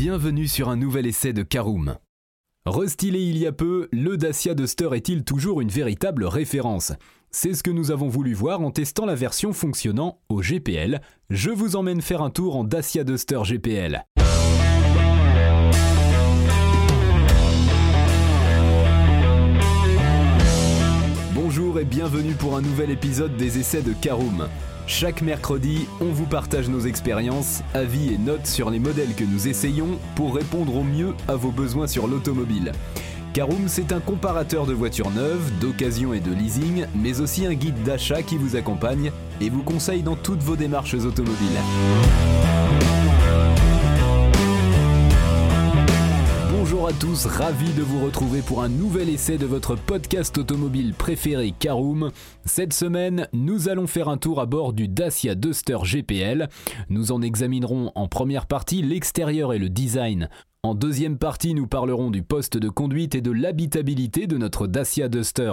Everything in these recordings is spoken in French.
Bienvenue sur un nouvel essai de Caroom. Restylé il y a peu, le Dacia Duster est-il toujours une véritable référence ? C'est ce que nous avons voulu voir en testant la version fonctionnant au GPL. Je vous emmène faire un tour en Dacia Duster GPL. Bonjour et bienvenue pour un nouvel épisode des essais de Caroom. Chaque mercredi, on vous partage nos expériences, avis et notes sur les modèles que nous essayons pour répondre au mieux à vos besoins sur l'automobile. Caroom, c'est un comparateur de voitures neuves, d'occasion et de leasing, mais aussi un guide d'achat qui vous accompagne et vous conseille dans toutes vos démarches automobiles. Bonjour à tous, ravi de vous retrouver pour un nouvel essai de votre podcast automobile préféré Caroom. Cette semaine, nous allons faire un tour à bord du Dacia Duster GPL. Nous en examinerons en première partie l'extérieur et le design. En deuxième partie, nous parlerons du poste de conduite et de l'habitabilité de notre Dacia Duster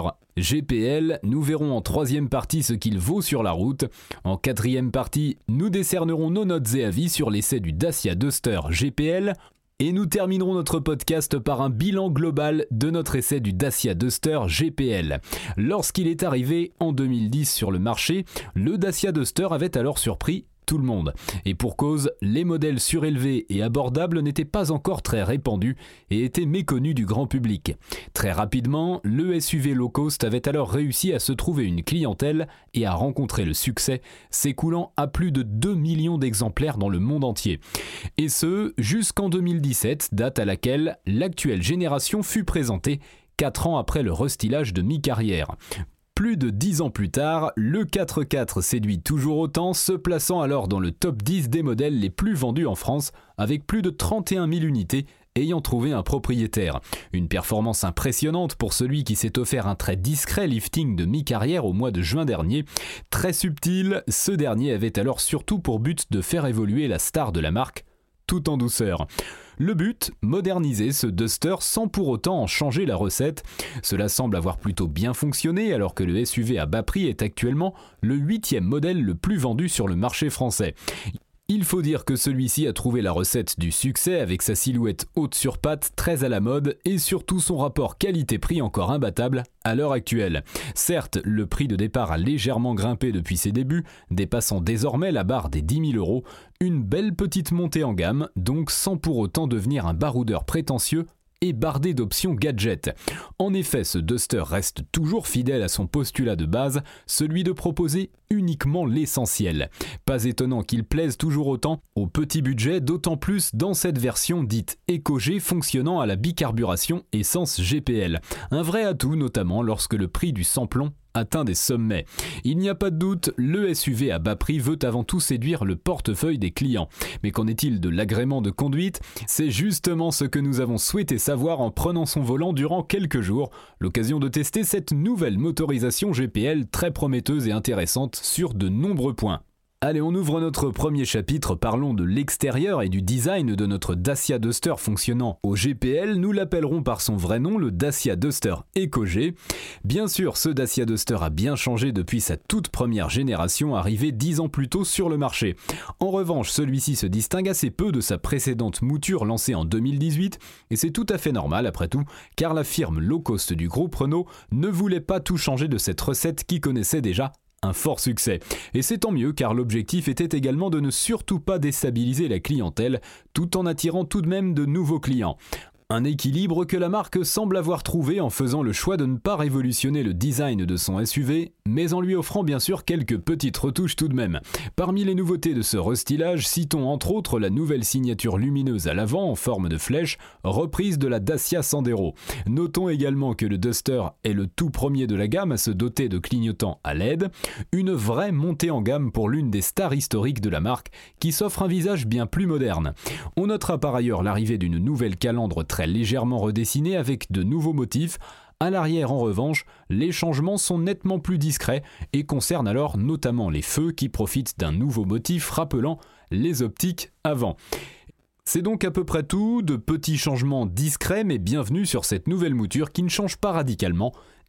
GPL. Nous verrons en troisième partie ce qu'il vaut sur la route. En quatrième partie, nous décernerons nos notes et avis sur l'essai du Dacia Duster GPL. Et nous terminerons notre podcast par un bilan global de notre essai du Dacia Duster GPL. Lorsqu'il est arrivé en 2010 sur le marché, le Dacia Duster avait alors surpris tout le monde. Et pour cause, les modèles surélevés et abordables n'étaient pas encore très répandus et étaient méconnus du grand public. Très rapidement, le SUV low cost avait alors réussi à se trouver une clientèle et à rencontrer le succès, s'écoulant à plus de 2 millions d'exemplaires dans le monde entier. Et ce, jusqu'en 2017, date à laquelle l'actuelle génération fut présentée 4 ans après le restylage de mi-carrière. Plus de 10 ans plus tard, le 4x4 séduit toujours autant, se plaçant alors dans le top 10 des modèles les plus vendus en France, avec plus de 31 000 unités ayant trouvé un propriétaire. Une performance impressionnante pour celui qui s'est offert un très discret lifting de mi-carrière au mois de juin dernier. Très subtil, ce dernier avait alors surtout pour but de faire évoluer la star de la marque, tout en douceur. Le but, moderniser ce Duster sans pour autant en changer la recette. Cela semble avoir plutôt bien fonctionné alors que le SUV à bas prix est actuellement le 8e modèle le plus vendu sur le marché français. Il faut dire que celui-ci a trouvé la recette du succès avec sa silhouette haute sur pattes très à la mode et surtout son rapport qualité-prix encore imbattable à l'heure actuelle. Certes, le prix de départ a légèrement grimpé depuis ses débuts, dépassant désormais la barre des 10 000 €. Une belle petite montée en gamme, donc sans pour autant devenir un baroudeur prétentieux et bardé d'options gadgets. En effet, ce Duster reste toujours fidèle à son postulat de base, celui de proposer uniquement l'essentiel. Pas étonnant qu'il plaise toujours autant au petit budget, d'autant plus dans cette version dite Eco-G fonctionnant à la bicarburation essence GPL. Un vrai atout notamment lorsque le prix du sans-plomb atteint des sommets. Il n'y a pas de doute, le SUV à bas prix veut avant tout séduire le portefeuille des clients. Mais qu'en est-il de l'agrément de conduite ? C'est justement ce que nous avons souhaité savoir en prenant son volant durant quelques jours, l'occasion de tester cette nouvelle motorisation GPL très prometteuse et intéressante sur de nombreux points. Allez, on ouvre notre premier chapitre, parlons de l'extérieur et du design de notre Dacia Duster fonctionnant au GPL. Nous l'appellerons par son vrai nom, le Dacia Duster Eco-G. Bien sûr, ce Dacia Duster a bien changé depuis sa toute première génération, arrivée 10 ans plus tôt sur le marché. En revanche, celui-ci se distingue assez peu de sa précédente mouture lancée en 2018, et c'est tout à fait normal après tout, car la firme low cost du groupe Renault ne voulait pas tout changer de cette recette qui connaissait déjà un fort succès. Et c'est tant mieux car l'objectif était également de ne surtout pas déstabiliser la clientèle tout en attirant tout de même de nouveaux clients. Un équilibre que la marque semble avoir trouvé en faisant le choix de ne pas révolutionner le design de son SUV, mais en lui offrant bien sûr quelques petites retouches tout de même. Parmi les nouveautés de ce restylage, citons entre autres la nouvelle signature lumineuse à l'avant en forme de flèche, reprise de la Dacia Sandero. Notons également que le Duster est le tout premier de la gamme à se doter de clignotants à LED, une vraie montée en gamme pour l'une des stars historiques de la marque qui s'offre un visage bien plus moderne. On notera par ailleurs l'arrivée d'une nouvelle calandre très légèrement redessinée avec de nouveaux motifs. À l'arrière, en revanche, les changements sont nettement plus discrets et concernent alors notamment les feux qui profitent d'un nouveau motif rappelant les optiques avant. C'est donc à peu près tout, de petits changements discrets mais bienvenus sur cette nouvelle mouture qui ne change pas radicalement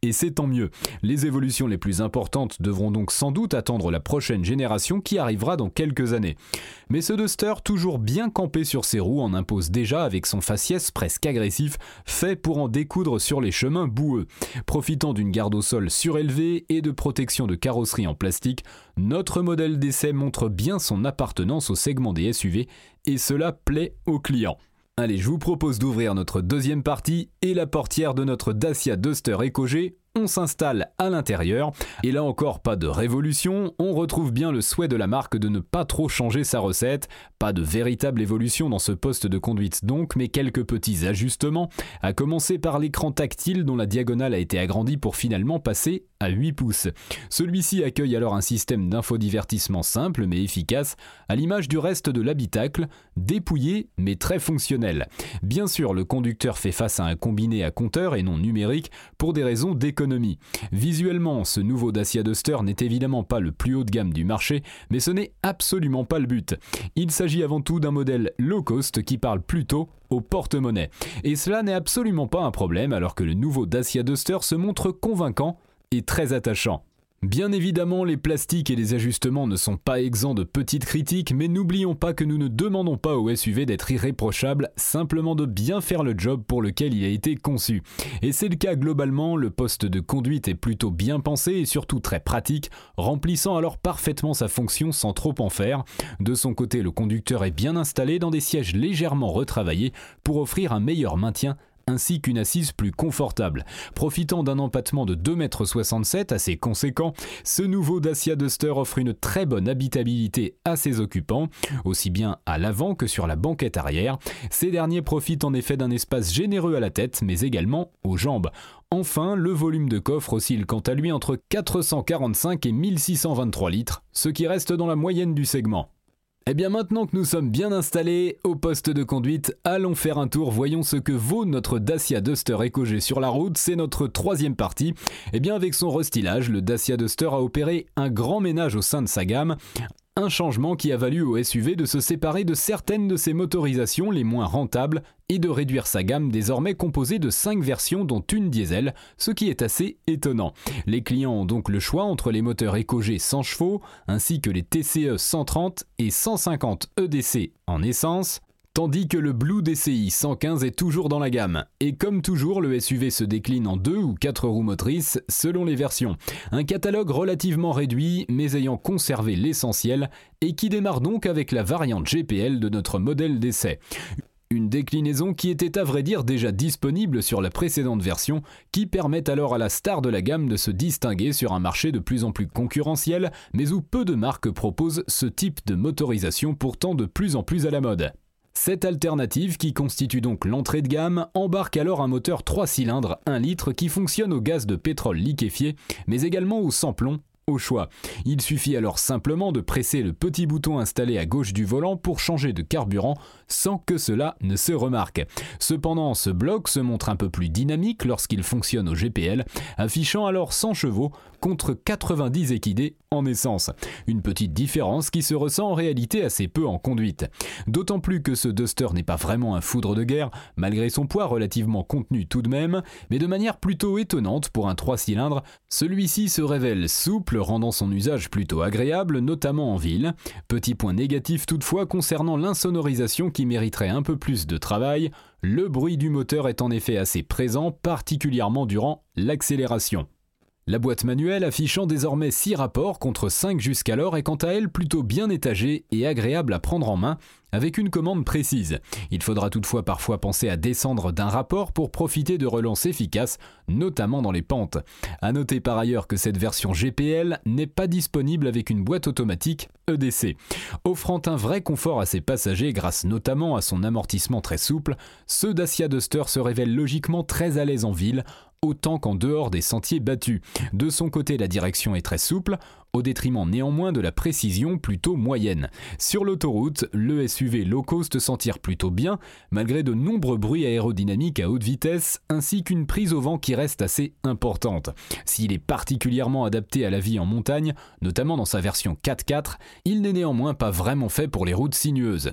Et c'est tant mieux. Les évolutions les plus importantes devront donc sans doute attendre la prochaine génération qui arrivera dans quelques années. Mais ce Duster, toujours bien campé sur ses roues, en impose déjà avec son faciès presque agressif, fait pour en découdre sur les chemins boueux. Profitant d'une garde au sol surélevée et de protection de carrosserie en plastique, notre modèle d'essai montre bien son appartenance au segment des SUV et cela plaît aux clients. Allez, je vous propose d'ouvrir notre deuxième partie et la portière de notre Dacia Duster EcoG. On s'installe à l'intérieur et là encore pas de révolution, on retrouve bien le souhait de la marque de ne pas trop changer sa recette, pas de véritable évolution dans ce poste de conduite donc, mais quelques petits ajustements, à commencer par l'écran tactile dont la diagonale a été agrandie pour finalement passer à 8 pouces. Celui-ci accueille alors un système d'infodivertissement simple mais efficace, à l'image du reste de l'habitacle, dépouillé mais très fonctionnel. Bien sûr, le conducteur fait face à un combiné à compteur et non numérique pour des raisons d'économie. Visuellement, ce nouveau Dacia Duster n'est évidemment pas le plus haut de gamme du marché, mais ce n'est absolument pas le but. Il s'agit avant tout d'un modèle low cost qui parle plutôt au porte-monnaie. Et cela n'est absolument pas un problème alors que le nouveau Dacia Duster se montre convaincant et très attachant. Bien évidemment, les plastiques et les ajustements ne sont pas exempts de petites critiques, mais n'oublions pas que nous ne demandons pas au SUV d'être irréprochable, simplement de bien faire le job pour lequel il a été conçu. Et c'est le cas globalement, le poste de conduite est plutôt bien pensé et surtout très pratique, remplissant alors parfaitement sa fonction sans trop en faire. De son côté, le conducteur est bien installé dans des sièges légèrement retravaillés pour offrir un meilleur maintien ainsi qu'une assise plus confortable. Profitant d'un empattement de 2,67 m assez conséquent, ce nouveau Dacia Duster offre une très bonne habitabilité à ses occupants, aussi bien à l'avant que sur la banquette arrière. Ces derniers profitent en effet d'un espace généreux à la tête, mais également aux jambes. Enfin, le volume de coffre oscille quant à lui entre 445 et 1623 litres, ce qui reste dans la moyenne du segment. Et bien maintenant que nous sommes bien installés au poste de conduite, allons faire un tour, voyons ce que vaut notre Dacia Duster EcoG sur la route, c'est notre troisième partie. Et bien avec son restylage, le Dacia Duster a opéré un grand ménage au sein de sa gamme. Un changement qui a valu au SUV de se séparer de certaines de ses motorisations les moins rentables et de réduire sa gamme désormais composée de 5 versions dont une diesel, ce qui est assez étonnant. Les clients ont donc le choix entre les moteurs EcoG 100 chevaux ainsi que les TCE 130 et 150 EDC en essence, tandis que le Blue DCI 115 est toujours dans la gamme. Et comme toujours, le SUV se décline en 2 ou 4 roues motrices selon les versions. Un catalogue relativement réduit, mais ayant conservé l'essentiel, et qui démarre donc avec la variante GPL de notre modèle d'essai. Une déclinaison qui était à vrai dire déjà disponible sur la précédente version, qui permet alors à la star de la gamme de se distinguer sur un marché de plus en plus concurrentiel, mais où peu de marques proposent ce type de motorisation pourtant de plus en plus à la mode. Cette alternative, qui constitue donc l'entrée de gamme, embarque alors un moteur 3 cylindres 1 litre qui fonctionne au gaz de pétrole liquéfié, mais également au sans-plomb, au choix. Il suffit alors simplement de presser le petit bouton installé à gauche du volant pour changer de carburant sans que cela ne se remarque. Cependant, ce bloc se montre un peu plus dynamique lorsqu'il fonctionne au GPL, affichant alors 100 chevaux contre 90 équidés en essence. Une petite différence qui se ressent en réalité assez peu en conduite. D'autant plus que ce Duster n'est pas vraiment un foudre de guerre, malgré son poids relativement contenu tout de même, mais de manière plutôt étonnante pour un 3 cylindres, celui-ci se révèle souple, rendant son usage plutôt agréable, notamment en ville. Petit point négatif toutefois concernant l'insonorisation qui mériterait un peu plus de travail, le bruit du moteur est en effet assez présent, particulièrement durant l'accélération. La boîte manuelle affichant désormais 6 rapports contre 5 jusqu'alors est quant à elle plutôt bien étagée et agréable à prendre en main avec une commande précise. Il faudra toutefois parfois penser à descendre d'un rapport pour profiter de relances efficaces, notamment dans les pentes. A noter par ailleurs que cette version GPL n'est pas disponible avec une boîte automatique EDC. Offrant un vrai confort à ses passagers grâce notamment à son amortissement très souple, ce Dacia Duster se révèle logiquement très à l'aise en ville, autant qu'en dehors des sentiers battus. De son côté, la direction est très souple, au détriment néanmoins de la précision plutôt moyenne. Sur l'autoroute, le SUV low cost s'en tire plutôt bien, malgré de nombreux bruits aérodynamiques à haute vitesse, ainsi qu'une prise au vent qui reste assez importante. S'il est particulièrement adapté à la vie en montagne, notamment dans sa version 4x4, il n'est néanmoins pas vraiment fait pour les routes sinueuses.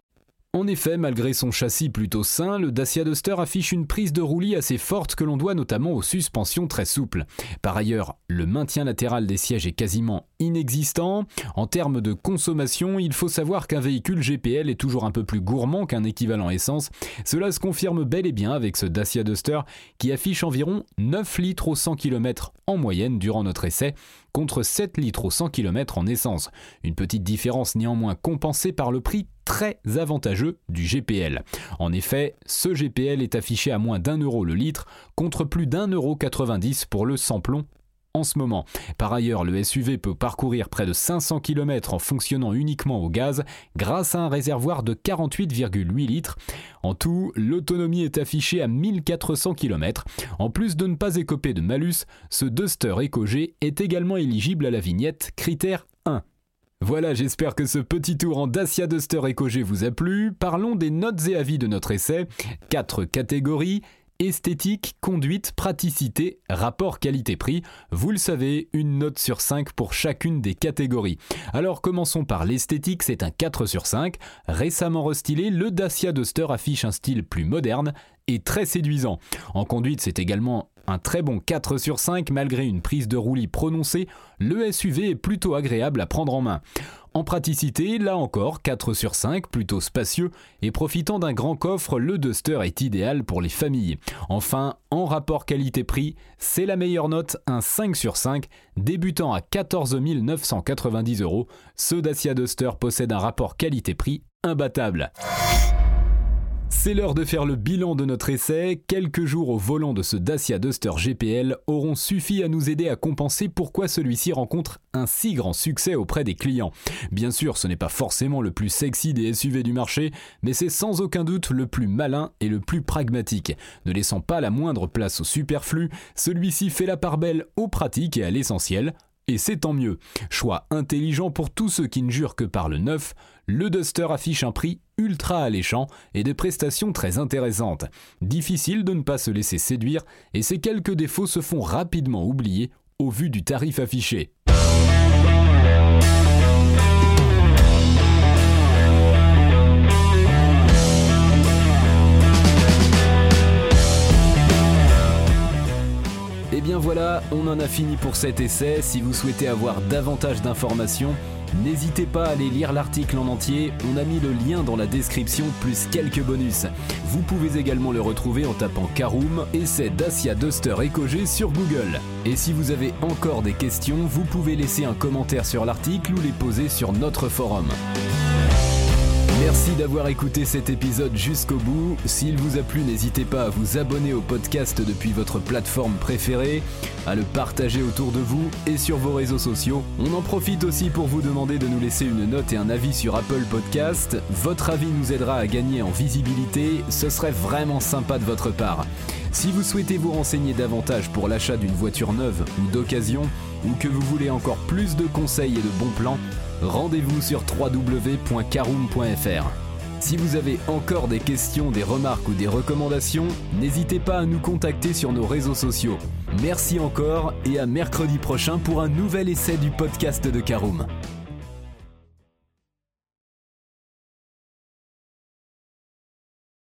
En effet, malgré son châssis plutôt sain, le Dacia Duster affiche une prise de roulis assez forte que l'on doit notamment aux suspensions très souples. Par ailleurs, le maintien latéral des sièges est quasiment inexistant. En termes de consommation, il faut savoir qu'un véhicule GPL est toujours un peu plus gourmand qu'un équivalent essence. Cela se confirme bel et bien avec ce Dacia Duster qui affiche environ 9 litres au 100 km en moyenne durant notre essai, contre 7 litres au 100 km en essence. Une petite différence néanmoins compensée par le prix très avantageux du GPL. En effet, ce GPL est affiché à moins d'1 € le litre, contre plus d'1,90 € pour le sans-plomb en ce moment. Par ailleurs, le SUV peut parcourir près de 500 km en fonctionnant uniquement au gaz grâce à un réservoir de 48,8 litres. En tout, l'autonomie est affichée à 1400 km. En plus de ne pas écoper de malus, ce Duster EcoG est également éligible à la vignette critère 1. Voilà, j'espère que ce petit tour en Dacia Duster EcoG vous a plu. Parlons des notes et avis de notre essai. 4 catégories: esthétique, conduite, praticité, rapport qualité-prix. Vous le savez, une note sur 5 pour chacune des catégories. Alors commençons par l'esthétique, c'est un 4 sur 5. Récemment restylé, le Dacia Duster affiche un style plus moderne et très séduisant. En conduite, c'est également un très bon 4 sur 5, malgré une prise de roulis prononcée, le SUV est plutôt agréable à prendre en main. En praticité, là encore, 4 sur 5, plutôt spacieux, et profitant d'un grand coffre, le Duster est idéal pour les familles. Enfin, en rapport qualité-prix, c'est la meilleure note, un 5 sur 5, débutant à 14 990 €. Ce Dacia Duster possède un rapport qualité-prix imbattable. C'est l'heure de faire le bilan de notre essai. Quelques jours au volant de ce Dacia Duster GPL auront suffi à nous aider à compenser pourquoi celui-ci rencontre un si grand succès auprès des clients. Bien sûr, ce n'est pas forcément le plus sexy des SUV du marché, mais c'est sans aucun doute le plus malin et le plus pragmatique. Ne laissant pas la moindre place au superflu, celui-ci fait la part belle aux pratiques et à l'essentiel. Et c'est tant mieux. Choix intelligent pour tous ceux qui ne jurent que par le neuf, le Duster affiche un prix ultra alléchant et des prestations très intéressantes. Difficile de ne pas se laisser séduire et ces quelques défauts se font rapidement oublier au vu du tarif affiché. Et bien voilà, on en a fini pour cet essai. Si vous souhaitez avoir davantage d'informations, n'hésitez pas à aller lire l'article en entier, on a mis le lien dans la description plus quelques bonus. Vous pouvez également le retrouver en tapant Caroom, essai Dacia Duster EcoG sur Google. Et si vous avez encore des questions, vous pouvez laisser un commentaire sur l'article ou les poser sur notre forum. Merci d'avoir écouté cet épisode jusqu'au bout. S'il vous a plu, n'hésitez pas à vous abonner au podcast depuis votre plateforme préférée, à le partager autour de vous et sur vos réseaux sociaux. On en profite aussi pour vous demander de nous laisser une note et un avis sur Apple Podcast. Votre avis nous aidera à gagner en visibilité, ce serait vraiment sympa de votre part. Si vous souhaitez vous renseigner davantage pour l'achat d'une voiture neuve ou d'occasion, ou que vous voulez encore plus de conseils et de bons plans, rendez-vous sur www.caroom.fr. Si vous avez encore des questions, des remarques ou des recommandations, n'hésitez pas à nous contacter sur nos réseaux sociaux. Merci encore et à mercredi prochain pour un nouvel essai du podcast de Caroom.